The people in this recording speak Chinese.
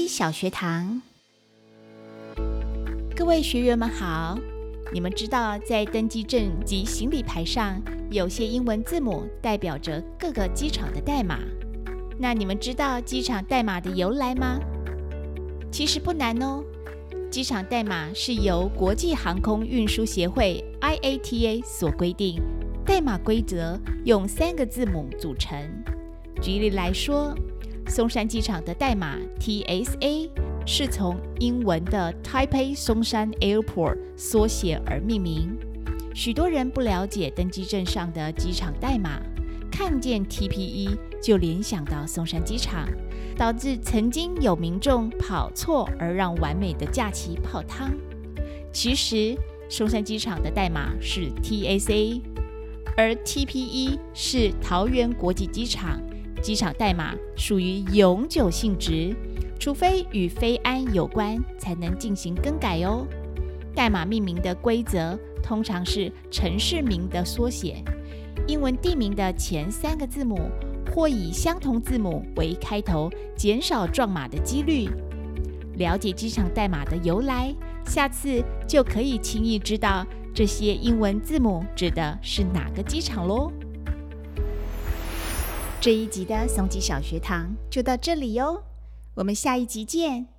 小学堂，各位学员们好。你们知道在登机证及行李牌上有些英文字母代表着各个机场的代码，那你们知道机场代码的由来吗？其实不难哦。机场代码是由国际航空运输协会 IATA 所规定，代码规则用3个字母组成。举例来说，松山机场的代码 TSA 是从英文的 Taipei 松山 Airport 缩写而命名。许多人不了解登机证上的机场代码，看见 TPE 就联想到松山机场，导致曾经有民众跑错而让完美的假期泡汤。其实松山机场的代码是 TSA， 而 TPE 是桃园国际机场，机场代码属于永久性质，除非与飞安有关才能进行更改哦。代码命名的规则通常是城市名的缩写，英文地名的前3个字母，或以相同字母为开头，减少撞码的几率。了解机场代码的由来，下次就可以轻易知道这些英文字母指的是哪个机场咯。这一集的松吉小学堂就到这里哟，我们下一集见。